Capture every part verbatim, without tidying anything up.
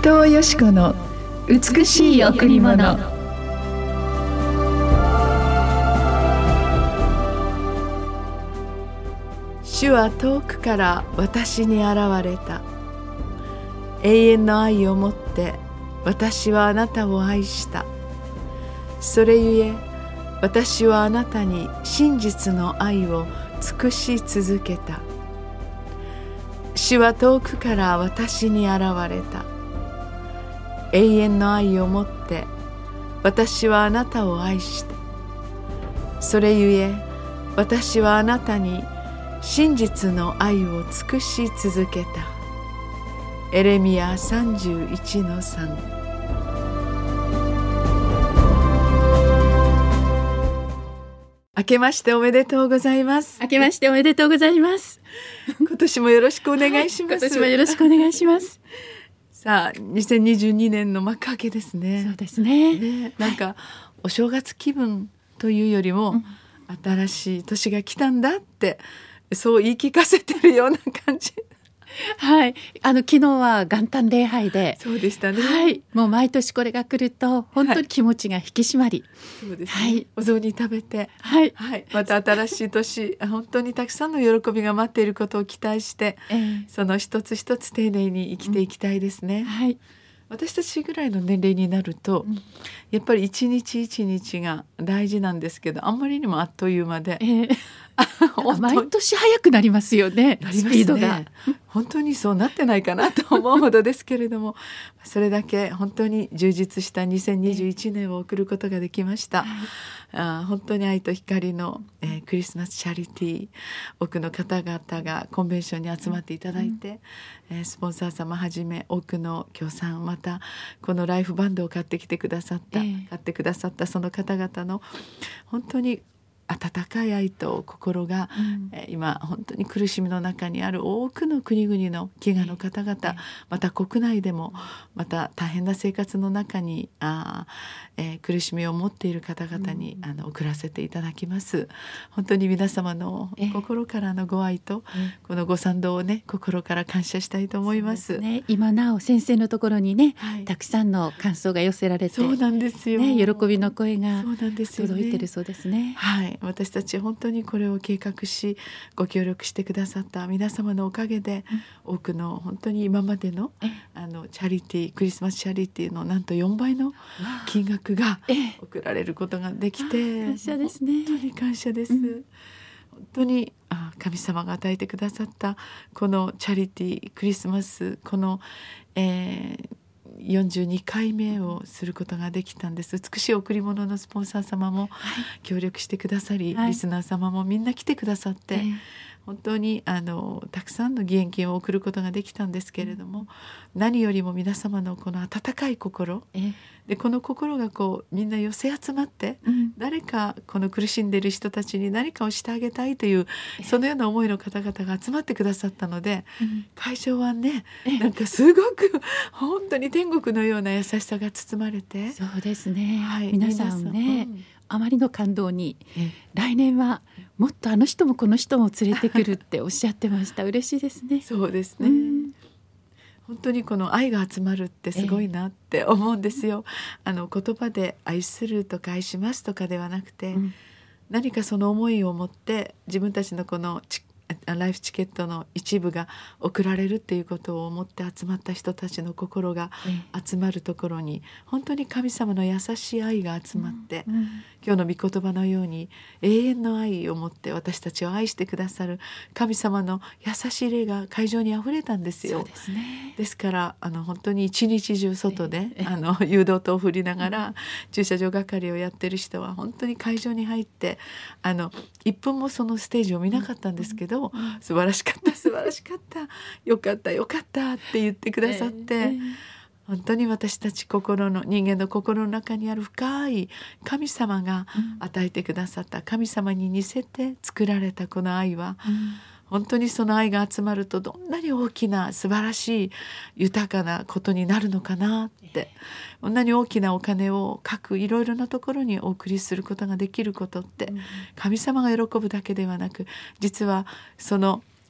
藤よし子の美しい贈り物。 主は遠くから私に現れた。永遠の愛をもって私はあなたを愛した。それゆえ私はあなたに真実の愛を尽くし続けた。主は遠くから私に現れた。永遠の愛をもって私はあなたを愛した。それゆえ私はあなたに真実の愛を尽くし続けた。エレミヤさんじゅういちのさん。明けましておめでとうございます。 明けましておめでとうございます。 今年もよろしくお願いします。 今年もよろしくお願いします。 さあ、にせんにじゅうにねんの幕開けですね。 そうですね。 ね、なんか、はい、お正月気分というよりも、うん、新しい年が来たんだってそう言い聞かせてるような感じ。 はい、あの昨日は元旦礼拝で、 そうでしたね。 はい、もう毎年これが来ると本当に気持ちが引き締まり、 はい、そうですね。はい、お雑煮食べて、 はい、 はい、また新しい年本当にたくさんの喜びが待っていることを期待して、えー、その一つ一つ丁寧に生きていきたいですね。うん、はい。私たちぐらいの年齢になると、うん、やっぱり一日一日が大事なんですけど、あんまりにもあっという間で、えー、 毎年早くなりますよね。 なりますね。 スピードが本当にそうなってないかなと思うほどですけれども、それだけ本当に充実したにせんにじゅういちねんを送ることができました。えー、あ本当に愛と光の、えー、クリスマスチャリティー、多くの方々がコンベンションに集まっていただいて、うん、えー、スポンサー様はじめ多くの協賛、またこのライフバンドを買ってきてくださった、えー、買ってくださったその方々の本当に温かい愛と心が、うん、今本当に苦しみの中にある多くの国々の飢餓の方々、えー、また国内でもまた大変な生活の中にあ、えー、苦しみを持っている方々に、うん、あの送らせていただきます。本当に皆様の心からのご愛と、えー、このご賛同をね心から感謝したいと思います。 ね、今なお先生のところにね、はい、たくさんの感想が寄せられて、 そうなんですよ、 ね、喜びの声が届いてるそうですね。 はい、私たち本当にこれを計画しご協力してくださった皆様のおかげで、うん、多くの本当に今までのあのチャリティークリスマスチャリティーのなんとよんばいの金額が送られることができて、 感謝ですね。 本当に感謝です、うん、本当にあ神様が与えてくださったこのチャリティークリスマス、この、えーよんじゅうにかいめをすることができたんです。美しい贈り物のスポンサー様も協力してくださり、はい、リスナー様もみんな来てくださって、はい、本当にあのたくさんの義援金を送ることができたんですけれども、うん、何よりも皆様のこの温かい心で、この心がこうみんな寄せ集まって、うん、誰かこの苦しんでいる人たちに何かをしてあげたいというそのような思いの方々が集まってくださったので、うん、会場はねなんかすごく本当に天国のような優しさが包まれて、 そうですね、はい、皆さんね、うん、あまりの感動に来年はもっとあの人もこの人も連れてくるっておっしゃってました。嬉しいですね。 そうですね、うん、本当にこの愛が集まるってすごいなって思うんですよ。あの言葉で愛するとか愛しますとかではなくて、うん、何かその思いを持って自分たちのこのライフチケットの一部が送られるっていうことを思って集まった人たちの心が集まるところに本当に神様の優しい愛が集まって、うんうん、今日の御言葉のように永遠の愛を持って私たちを愛してくださる神様の優しい霊が会場にあふれたんですよ。 そうですね。 ですからあの本当に一日中外で、えー、あの誘導灯を振りながら、うん、駐車場係をやってる人は本当に会場に入ってあのいっぷんもそのステージを見なかったんですけど、うんうん、素晴らしかった素晴らしかったよかったよかったって言ってくださって、えー、本当に私たち心の人間の心の中にある深い神様が与えてくださった、うん、神様に似せて作られたこの愛は、うん、本当にその愛が集まるとどんなに大きな素晴らしい豊かなことになるのかなって、こんなに大きなお金を各いろいろなところにお送りすることができることって、神様が喜ぶだけではなく、実はその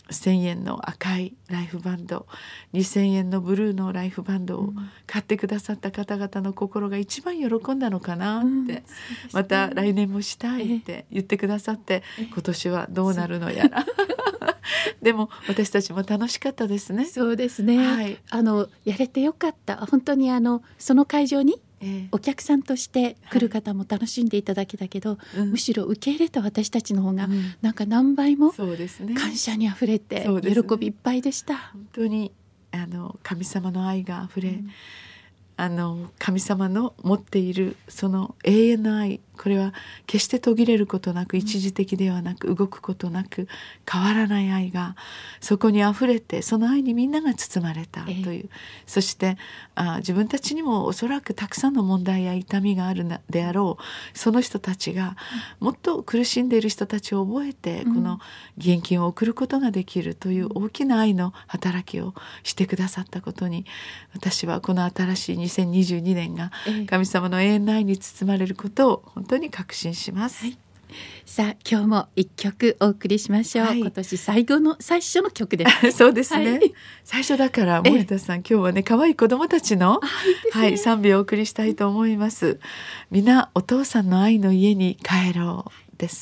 せんえんの赤いライフバンド、にせんえんのブルーのライフバンドを買ってくださった方々の心が一番喜んだのかなって、うんね、また来年もしたいって言ってくださって、えー、今年はどうなるのやらでも私たちも楽しかったですね。 そうですね、はい、あのやれてよかった。本当にあのその会場にお客さんとして来る方も楽しんでいただけたけど、はい、むしろ受け入れた私たちの方がなんか何倍も感謝にあふれて喜びいっぱいでした。 本当にあの神様の愛があふれ、うん、あの神様の持っているその永遠の愛、これは決して途切れることなく、一時的ではなく、動くことなく変わらない愛がそこにあふれて、その愛にみんなが包まれたという、えー、そしてあ自分たちにもおそらくたくさんの問題や痛みがあるであろう、その人たちがもっと苦しんでいる人たちを覚えて、うん、この義援金を送ることができるという大きな愛の働きをしてくださったことに、私はこの新しいにせんにじゅうにねんが神様の永遠の愛に包まれることを本当に確信します、はい、 さあ今日も一曲お送りしましょう、はい、今年最後の最初の曲ですそうですね、はい、最初だから森田さん、今日はね可愛い子どもたちの、はい、賛美をお送りしたいと思います。みなお父さんの愛の家に帰ろうです。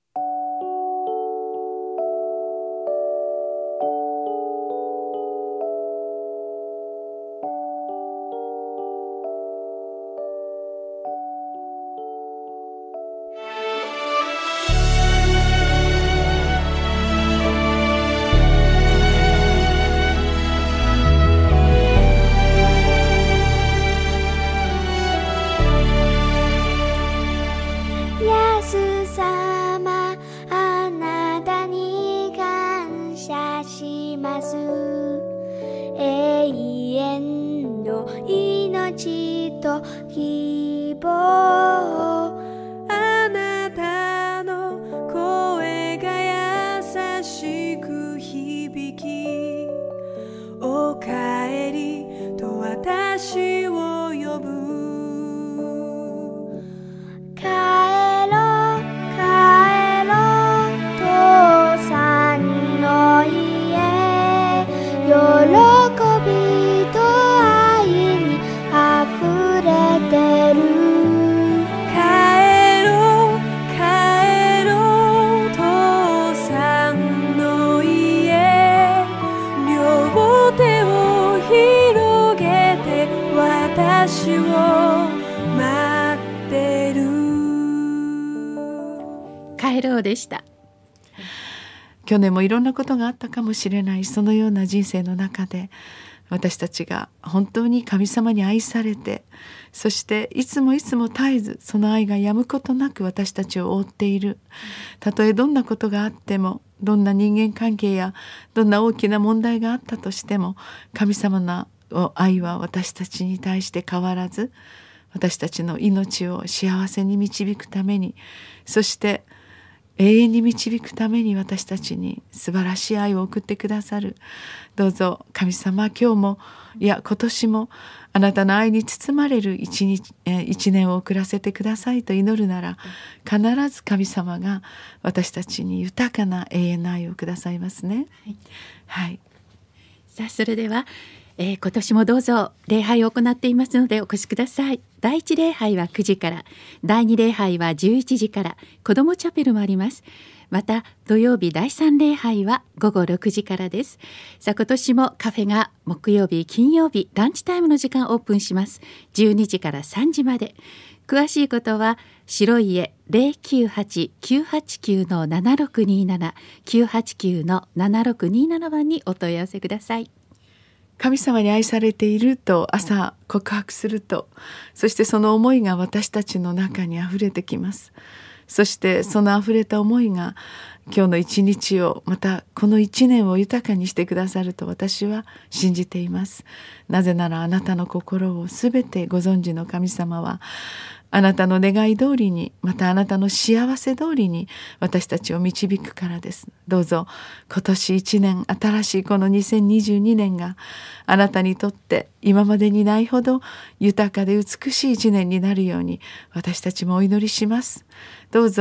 帰ろうでした。 去年もいろんなことがあったかもしれない、そのような人生の中で私たちが本当に神様に愛されて、そしていつもいつも絶えずその愛がやむことなく私たちを覆っている。たとえどんなことがあっても、どんな人間関係やどんな大きな問題があったとしても、神様の愛は私たちに対して変わらず、私たちの命を幸せに導くために、そして永遠に導くために私たちに素晴らしい愛を送ってくださる。どうぞ神様、今日もいや今年もあなたの愛に包まれる一日、え一年を送らせてくださいと祈るなら、必ず神様が私たちに豊かな永遠の愛をくださいますね。はい、はい、 さあそれではえー、今年もどうぞ礼拝を行っていますのでお越しください。だいいち礼拝はくじから、だいに礼拝はじゅういちじから、子どもチャペルもあります。また土曜日だいさん礼拝はごごろくじからです。さあ今年もカフェが木曜日金曜日ランチタイムの時間オープンします。じゅうにじからさんじまで。詳しいことは白い家 ゼロきゅうはち きゅうはちきゅう のななろくにーなな きゅうはちきゅう のななろくにーなな番にお問い合わせください。 神様に愛されていると朝告白すると、そしてその思いが私たちの中にあふれてきます。そしてそのあふれた思いが今日の一日を、またこの一年を豊かにしてくださると私は信じています。なぜならあなたの心をすべてご存知の神様は、あなたの願い通りに、またあなたの幸せ通りに私たちを導くからです。どうぞ今年一年、新しいこのにせんにじゅうにねんがあなたにとって今までにないほど豊かで美しい一年になるように私たちもお祈りします。どうぞ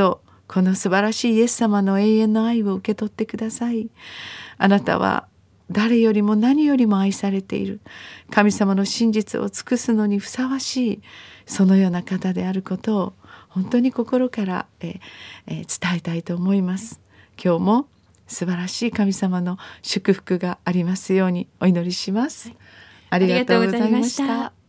この素晴らしいイエス様の永遠の愛を受け取ってください。あなたは誰よりも何よりも愛されている、神様の真実を尽くすのにふさわしい、そのような方であることを本当に心からええ伝えたいと思います。今日も素晴らしい神様の祝福がありますようにお祈りします。 はい、 ありがとうございました。